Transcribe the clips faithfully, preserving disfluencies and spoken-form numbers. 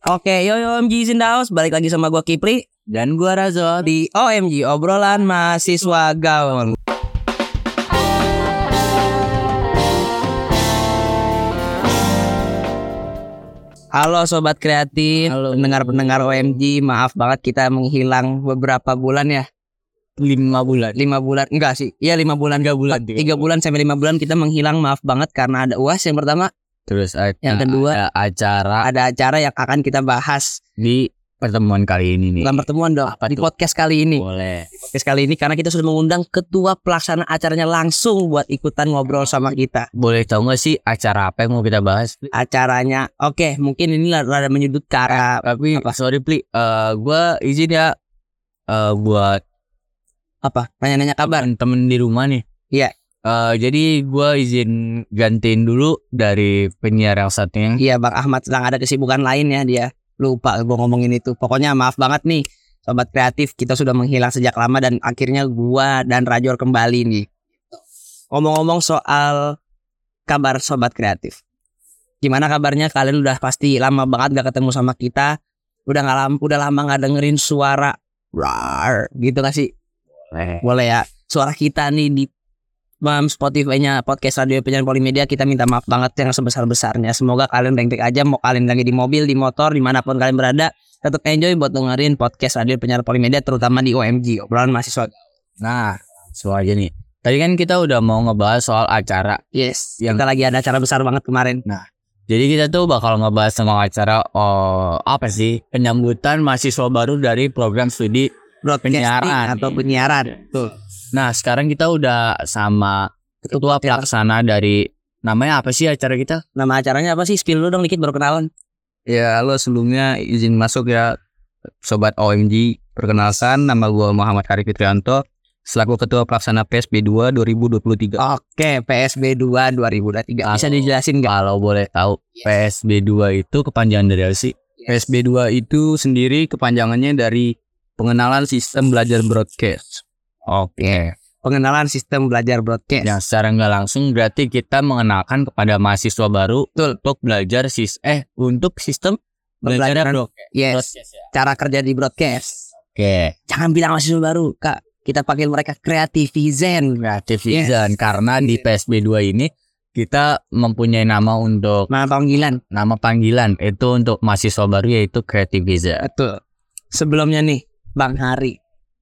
Oke, yo yo O M G in the house. Balik lagi sama gua Kipri dan gua Razo di O M G, obrolan mahasiswa gaul. Halo sobat kreatif, Halo. pendengar-pendengar O M G, maaf banget kita menghilang beberapa bulan ya. lima bulan. Lima bulan, enggak sih? Iya lima bulan, Tiga bulan, tiga tiga bulan sampai lima bulan kita menghilang, maaf banget karena ada U A S yang pertama. Terus ada, Yang kedua, ada acara ada acara yang akan kita bahas di pertemuan kali ini nih. Bukan pertemuan dong, Apa di tuh? podcast kali ini. Boleh. Di podcast kali ini karena kita sudah mengundang ketua pelaksana acaranya langsung buat ikutan ngobrol sama kita. Boleh tahu nggak sih acara apa yang mau kita bahas? Acaranya, oke, mungkin ini rada menyudut ke arah Tapi apa? sorry Pli, eh gua izin ya eh buat apa? Nanya-nanya kabar. temen di rumah nih. Iya. Eh jadi gua izin gantiin dulu dari penyiar yang satunya. Iya, Bang Ahmad sedang ada kesibukan lain ya dia. Lupa gue ngomongin itu. Pokoknya maaf banget nih sobat kreatif, kita sudah menghilang sejak lama dan akhirnya gua dan Rajor kembali nih. Ngomong-ngomong soal kabar sobat kreatif, gimana kabarnya? Kalian udah pasti lama banget gak ketemu sama kita. Udah nggak lama, udah lama nggak dengerin suara rar gitu gak sih? Boleh. Boleh ya. Suara kita nih di um, Spotify-nya podcast Radio Penyiaran Polimedia, kita minta maaf banget yang sebesar-besarnya. Semoga kalian baik-baik aja, mau kalian lagi di mobil, di motor, dimanapun kalian berada, tetap enjoy buat dengerin podcast Radio Penyiaran Polimedia, terutama di O M G, obrolan mahasiswa. Nah, langsung aja nih. Tadi kan kita udah mau ngebahas soal acara. Yes, Yang- kita lagi ada acara besar banget kemarin. Jadi kita tuh bakal ngebahas tentang acara oh, apa sih? Penyambutan mahasiswa baru dari program studi. Broadcasting penyiaran. atau penyiaran. Tuh. Nah, sekarang kita udah sama ketua pelaksana dari, namanya apa sih acara kita? Nama acaranya apa sih? Spill dulu dong dikit baru kenalan. Ya, halo, sebelumnya izin masuk ya Sobat O M G. Perkenalkan, nama gue Muhammad Arif Fitrianto, selaku Ketua Pelaksana P S B dua dua ribu dua puluh tiga. Oke, P S B dua dua ribu dua puluh tiga. Bisa Kalau- dijelasin nggak? Kalau boleh tahu, P S B dua itu kepanjangan dari apa sih? P S B dua itu sendiri kepanjangannya dari Pengenalan Sistem Belajar Broadcast. Oke. Pengenalan sistem belajar broadcast. Yang secara nggak langsung berarti kita mengenalkan kepada mahasiswa baru Betul. untuk belajar sis eh untuk sistem belajar Pembelajaran. broadcast. Yes. Broadcast ya. Cara kerja di broadcast. Oke. Jangan bilang mahasiswa baru, Kak. Kita panggil mereka kreativizen. Creative Yes. Vision karena di P S B dua ini kita mempunyai nama untuk Nama panggilan. nama panggilan itu untuk mahasiswa baru yaitu Creative Vision. Betul. Sebelumnya nih, Bang Hari.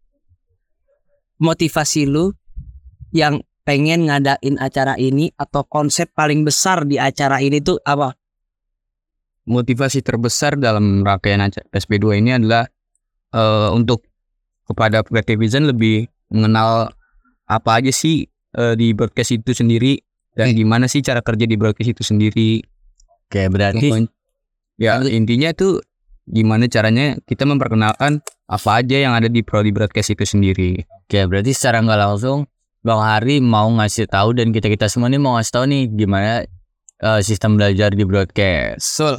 Motivasi lu yang pengen ngadain acara ini atau konsep paling besar di acara ini tuh apa? Motivasi terbesar dalam rangkaian acara P S B dua ini adalah eh, untuk kepada Creative Vision lebih mengenal apa aja sih eh, di broadcast itu sendiri dan gimana sih cara kerja di broadcast itu sendiri. Oke, berarti Ya, intinya tuh gimana caranya kita memperkenalkan apa aja yang ada di prodi broadcast itu sendiri. oke, berarti secara nggak langsung Bang Hari mau ngasih tahu dan kita-kita semua nih mau ngasih tahu nih gimana eh, sistem belajar di broadcast. Sul.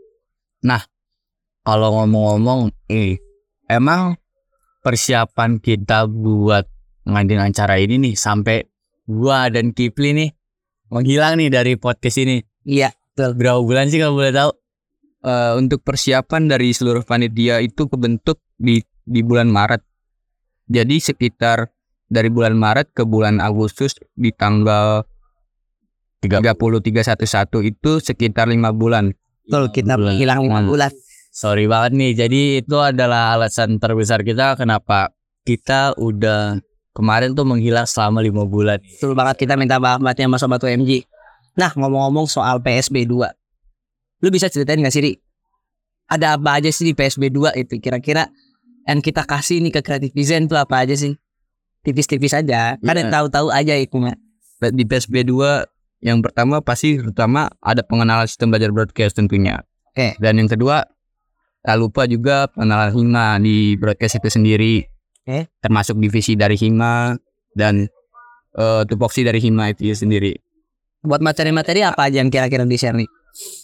Kalau ngomong-ngomong, eh, emang persiapan kita buat ngadain acara ini nih sampai gua dan Kipli nih menghilang nih dari podcast ini. Iya, betul. Berapa bulan sih kalau boleh tahu? Eh, untuk persiapan dari seluruh panitia itu kebentuk di di bulan Maret. Jadi sekitar dari bulan Maret ke bulan Agustus di tanggal tiga puluh tiga satu satu itu sekitar lima bulan. Betul, kita Bulan. hilang lima Hmm. bulan. Sorry banget nih. Jadi itu adalah alasan terbesar kita kenapa kita udah kemarin tuh menghilang selama lima bulan. Betul banget, kita minta maaf banget ya sama Sobat O M G. Nah, ngomong-ngomong soal P S B dua. Lu bisa ceritain gak sih, Ri? Ada apa aja sih di P S B dua itu? Kira-kira yang kita kasih nih ke Creative Vision tuh apa aja sih? Tipis-tipis aja. Kan yang Iya. tahu-tahu aja itu, Mak. Di P S B dua yang pertama pasti pertama ada pengenalan sistem belajar broadcast tentunya. Oke. Dan yang kedua tak lupa juga pengenalan Hima di broadcast itu sendiri. Oke. Termasuk divisi dari Hima dan eh, tupoksi dari Hima itu sendiri. Buat materi-materi apa aja yang kira-kira di-share nih?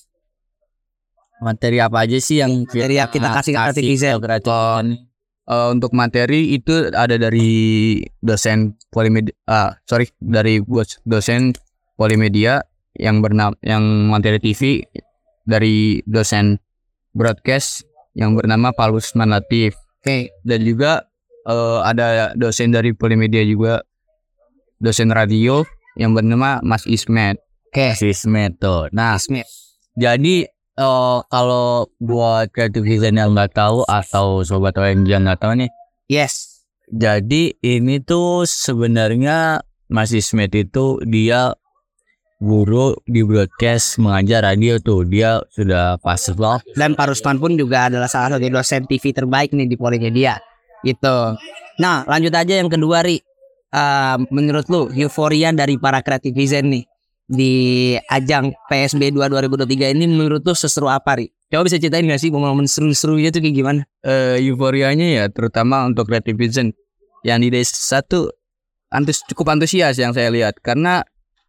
Materi apa aja sih yang Materi yang kita kasih ke Creative Vision. ke Creative Vision? Eh, untuk materi itu ada dari dosen polimedia, ah sorry dari bos- dosen polimedia yang bernama yang materi T V dari dosen broadcast yang bernama Pak Lusman Latif. Oke. Dan juga eh, ada dosen dari Polimedia juga, dosen radio yang bernama Mas Ismet. Oke. Si Smith tuh. Nah, Smith. jadi eh, kalau buat creative design yang nggak tahu atau sobat O M J nggak tahu nih, Yes. jadi ini tuh sebenarnya Mas Smith itu dia guru di broadcast, mengajar radio tuh. Dia sudah pasti loh. Dan Pak Rusman pun juga adalah salah satu dosen T V terbaik nih di Polimedia. Gitu. Nah, lanjut aja yang kedua, Ri. Uh, menurut lu euforia dari para creative design nih di ajang P S B dua dua ribu dua puluh tiga ini menurut lu seseru apa, Ri? Coba bisa ceritain gak sih momen-momen seru-serunya tuh kayak gimana? Eh, euforianya ya terutama untuk creative design yang di desa satu antus cukup antusias yang saya lihat, karena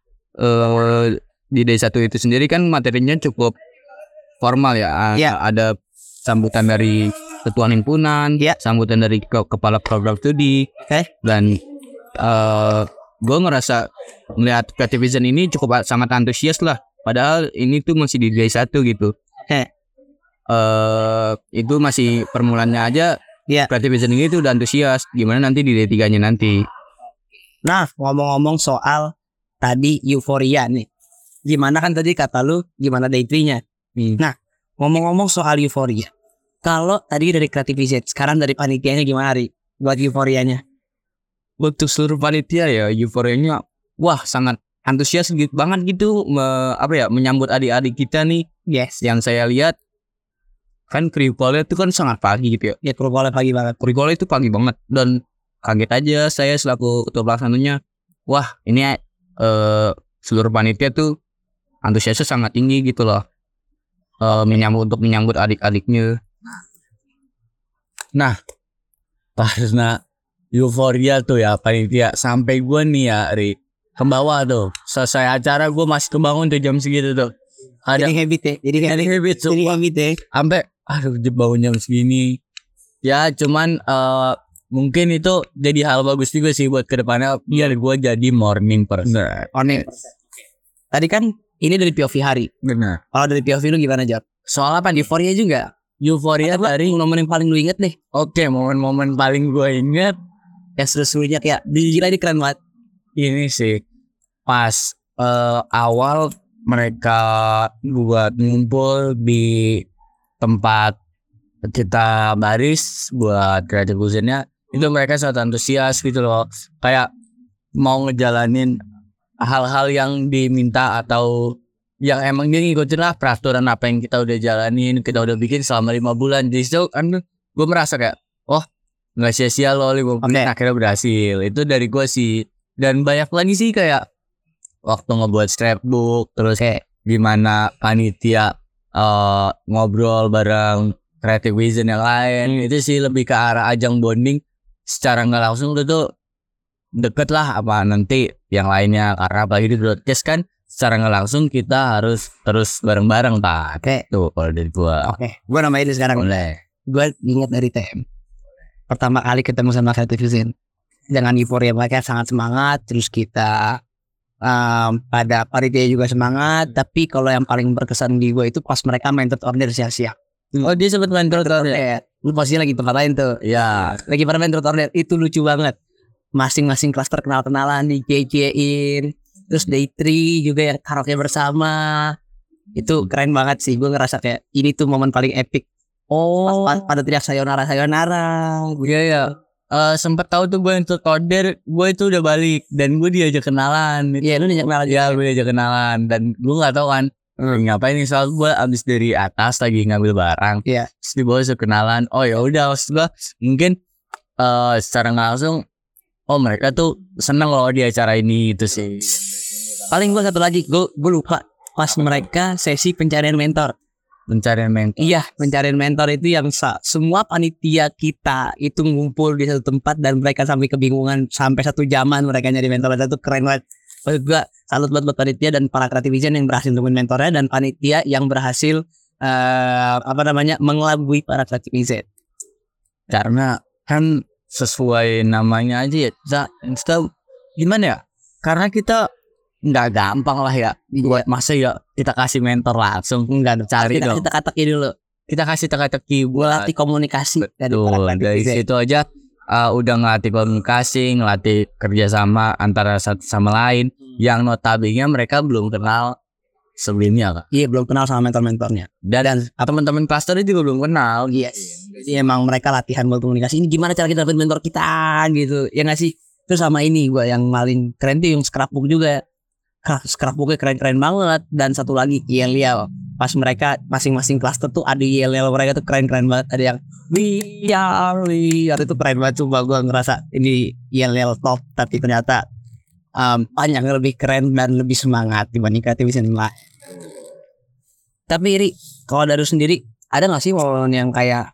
eh, di D satu itu sendiri kan materinya cukup formal ya. Ya. Ada sambutan dari ketua himpunan, Ya. sambutan dari ke- kepala program studi, Oke. dan eh gue ngerasa melihat creative design ini cukup a- sangat antusias lah. Padahal ini tuh masih di D satu gitu. Oke. Eh itu masih permulaannya aja. Ya. Creative design ini tuh udah antusias. Gimana nanti di D tiga-nya nanti? Nah, ngomong-ngomong soal tadi euforia nih. Gimana kan tadi kata lu gimana day three-nya? Hmm. Nah, ngomong-ngomong soal euforia. Kalau tadi dari creative design, sekarang dari panitianya gimana, Ri? Buat euforianya? Untuk seluruh panitia ya euforianya wah sangat antusias gitu banget gitu me- apa ya menyambut adik-adik kita nih. Yes. Yang saya lihat kan kurikulnya itu kan sangat pagi gitu ya. Ya, kurang pagi banget. Kurikulnya itu pagi banget dan kaget aja saya selaku ketua pelaksananya. Wah, ini eh, seluruh panitia tuh antusiasnya sangat tinggi gitu loh. Eh, menyambut untuk menyambut adik-adiknya. Nah, karena euforia tuh ya panitia sampai gue nih ya Ri ke bawah tuh. Selesai acara gue masih kebangun tuh jam segitu tuh. Ada Jadi habit ya. Jadi Jadi habit Jadi sumpah. habit ya. Sampai aduh bangun jam segini. Ya cuman eh, mungkin itu jadi hal bagus juga sih buat kedepannya biar gue jadi morning person. Oke. Tadi kan ini dari P O V hari. Benar. Kalau dari P O V lu gimana, Jor? Soal apa? Euforia juga. Euforia Atau dari momen yang paling lu inget deh. oke momen-momen paling gue inget Yang seru-serunya kayak gila ini keren banget. ini sih pas eh, awal mereka buat ngumpul di tempat kita baris buat creative design-nya, itu mereka sangat antusias gitu loh, kayak mau ngejalanin hal-hal yang diminta atau yang emang dia ngikutin lah peraturan apa yang kita udah jalanin, kita udah bikin selama lima bulan. Jadi itu kan gue merasa kayak oh nggak sia-sia loh lima bulan Oke. akhirnya berhasil. Itu dari gue sih. Dan banyak lagi sih kayak waktu ngebuat scrapbook, terus kayak gimana panitia eh, ngobrol bareng creative vision yang lain. Itu sih lebih ke arah ajang bonding secara nggak langsung itu tuh deket lah apa nanti yang lainnya, karena apalagi di broadcast kan secara nggak langsung kita harus terus bareng-bareng Pak. Oke. Tuh kalau dari gua. Oke. Gue namain ini sekarang. Boleh. Gue ingat dari T M. Pertama kali ketemu sama creative design. Dengan euforia mereka sangat semangat. Terus kita um, pada panitia juga semangat. Tapi kalau yang paling berkesan di gue itu pas mereka main third order siang-siang. Oh dia sempat main terus ya? Ya, lu pasti lagi tempat lain tuh. Ya. Lagi pada main third order. Itu lucu banget. Masing-masing klaster kenal-kenalan di-cie-ciein. Terus day three juga yang karaoke bersama. Itu keren banget sih. Gue ngerasa kayak ini tuh momen paling epic. Oh. Pas, pada teriak sayonara sayonara. Iya ya. Eh sempat tahu tuh gue yang third order, gue itu udah balik dan gue diajak kenalan. Iya, lu diajak kenalan. Ya gue diajak kenalan dan gue nggak tahu kan Hmm. ngapain nih, soal gue abis dari atas lagi ngambil barang. Iya. Terus di bawah suruh kenalan. Oh ya udah, maksud gue mungkin eh secara nggak langsung oh mereka tuh seneng loh di acara ini itu sih. Paling gue satu lagi, gue gue lupa pas mereka sesi pencarian mentor. Pencarian mentor. Iya, pencarian mentor itu yang sa- semua panitia kita itu ngumpul di satu tempat dan mereka sampai kebingungan sampai satu jaman mereka nyari mentor. Itu keren banget. Maksud gue salut buat buat panitia dan para creative vision yang berhasil nemuin mentornya dan panitia yang berhasil eh, apa namanya mengelabui para creative vision. Karena kan sesuai namanya aja ya, kita, kita gimana ya? Karena kita nggak gampang lah ya buat masa ya kita kasih mentor langsung, Enggak dong. cari kita, dong. kita katakin dulu. kita kasih teka-teki Gue buat latih komunikasi dari Tuh, para dari kreatif. situ aja uh, udah ngelatih komunikasi, ngelatih kerjasama antara satu sama lain. Yang notabene mereka belum kenal sebelumnya kak. Iya, belum kenal sama mentor-mentornya. Dan, teman-teman cluster juga belum kenal. Yes. Jadi emang mereka latihan buat komunikasi. Ini gimana cara kita dapet mentor kita gitu. Ya nggak sih? Terus sama ini gue yang paling keren tuh yang scrapbook juga. Hah, scrapbooknya keren-keren banget. Dan satu lagi yel-yel. Pas mereka masing-masing cluster tuh ada yel-yel mereka tuh keren-keren banget. Ada yang we are we are itu keren banget. Coba gue ngerasa ini yel-yel top. Tapi ternyata um, banyak yang lebih keren dan lebih semangat dibanding kreatif yang lain. Tapi Ri, kalau dari lu sendiri ada gak sih momen yang kayak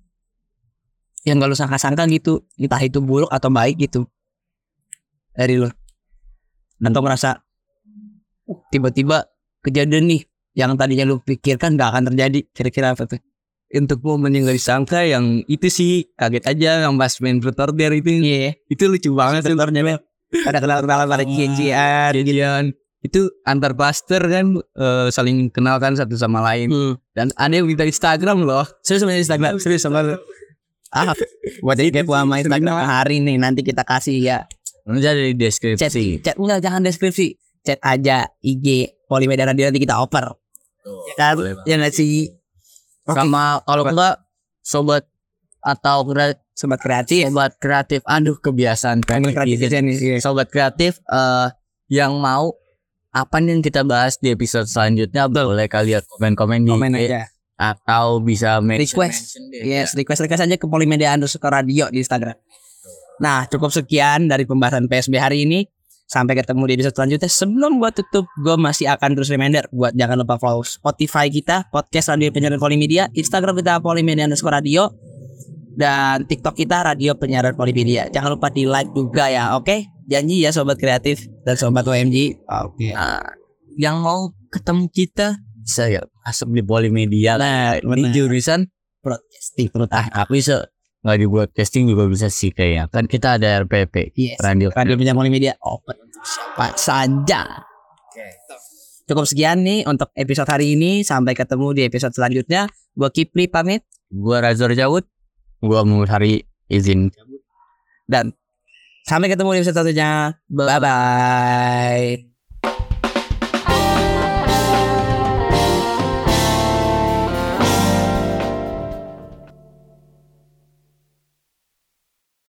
yang gak lu sangka-sangka gitu, entah itu buruk atau baik gitu dari lu, atau ngerasa uh, tiba-tiba kejadian nih yang tadinya lu pikirkan gak akan terjadi, kira-kira apa tuh? Untuk momen yang gak disangka yang itu sih kaget aja yang pas main Truth or Dare itu. Iya, Itu lucu banget sih. sebenarnya ada kenalan-kenalan pada kincian Kejadian itu antar cluster kan eh, saling kenal kan satu sama lain. hmm. Dan ada yang minta Instagram loh. Serius sama Instagram, serius sama ah, buat jadi kepo sama Instagram hari nih nanti kita kasih ya. Jadi di Chat, deskripsi. chat enggak jangan deskripsi, chat aja I G Polimedia Radio nanti kita oper. Ya kan? Ya nggak sih? Sama kalau enggak sobat atau kre- Sobat kreatif, sobat kreatif, aduh kebiasaan panggil kreatif kreatif. nih. Sobat kreatif eh yang mau apa nih yang kita bahas di episode selanjutnya boleh kalian komen-komen di Komen I G aja. atau bisa mention- Request. mention deh. Yes, request request aja ke Polimedia underscore radio di Instagram. Nah, cukup sekian dari pembahasan P S B hari ini. Sampai ketemu di episode selanjutnya. Sebelum gua tutup, gua masih akan terus reminder buat jangan lupa follow Spotify kita, podcast Radio Penyiaran Polimedia, Instagram kita Polimedia underscore radio, dan TikTok kita Radio Penyiaran Polimedia. Jangan lupa di like juga ya, oke? Janji ya sobat kreatif dan sobat O M G. Oke. Nah, yang mau ketemu kita bisa ya masuk di Polimedia Nah, di benar. jurusan Broadcasting terutama. ah aku bisa nggak di broadcasting juga bisa sih kayaknya kan kita ada R P P Yes. radio Radio Penyiaran Polimedia open untuk siapa saja. Cukup sekian nih untuk episode hari ini. Sampai ketemu di episode selanjutnya. Gua Kipli pamit gua Razor Jawud gua mau hari izin dan sampai ketemu di episode selanjutnya. Bye bye.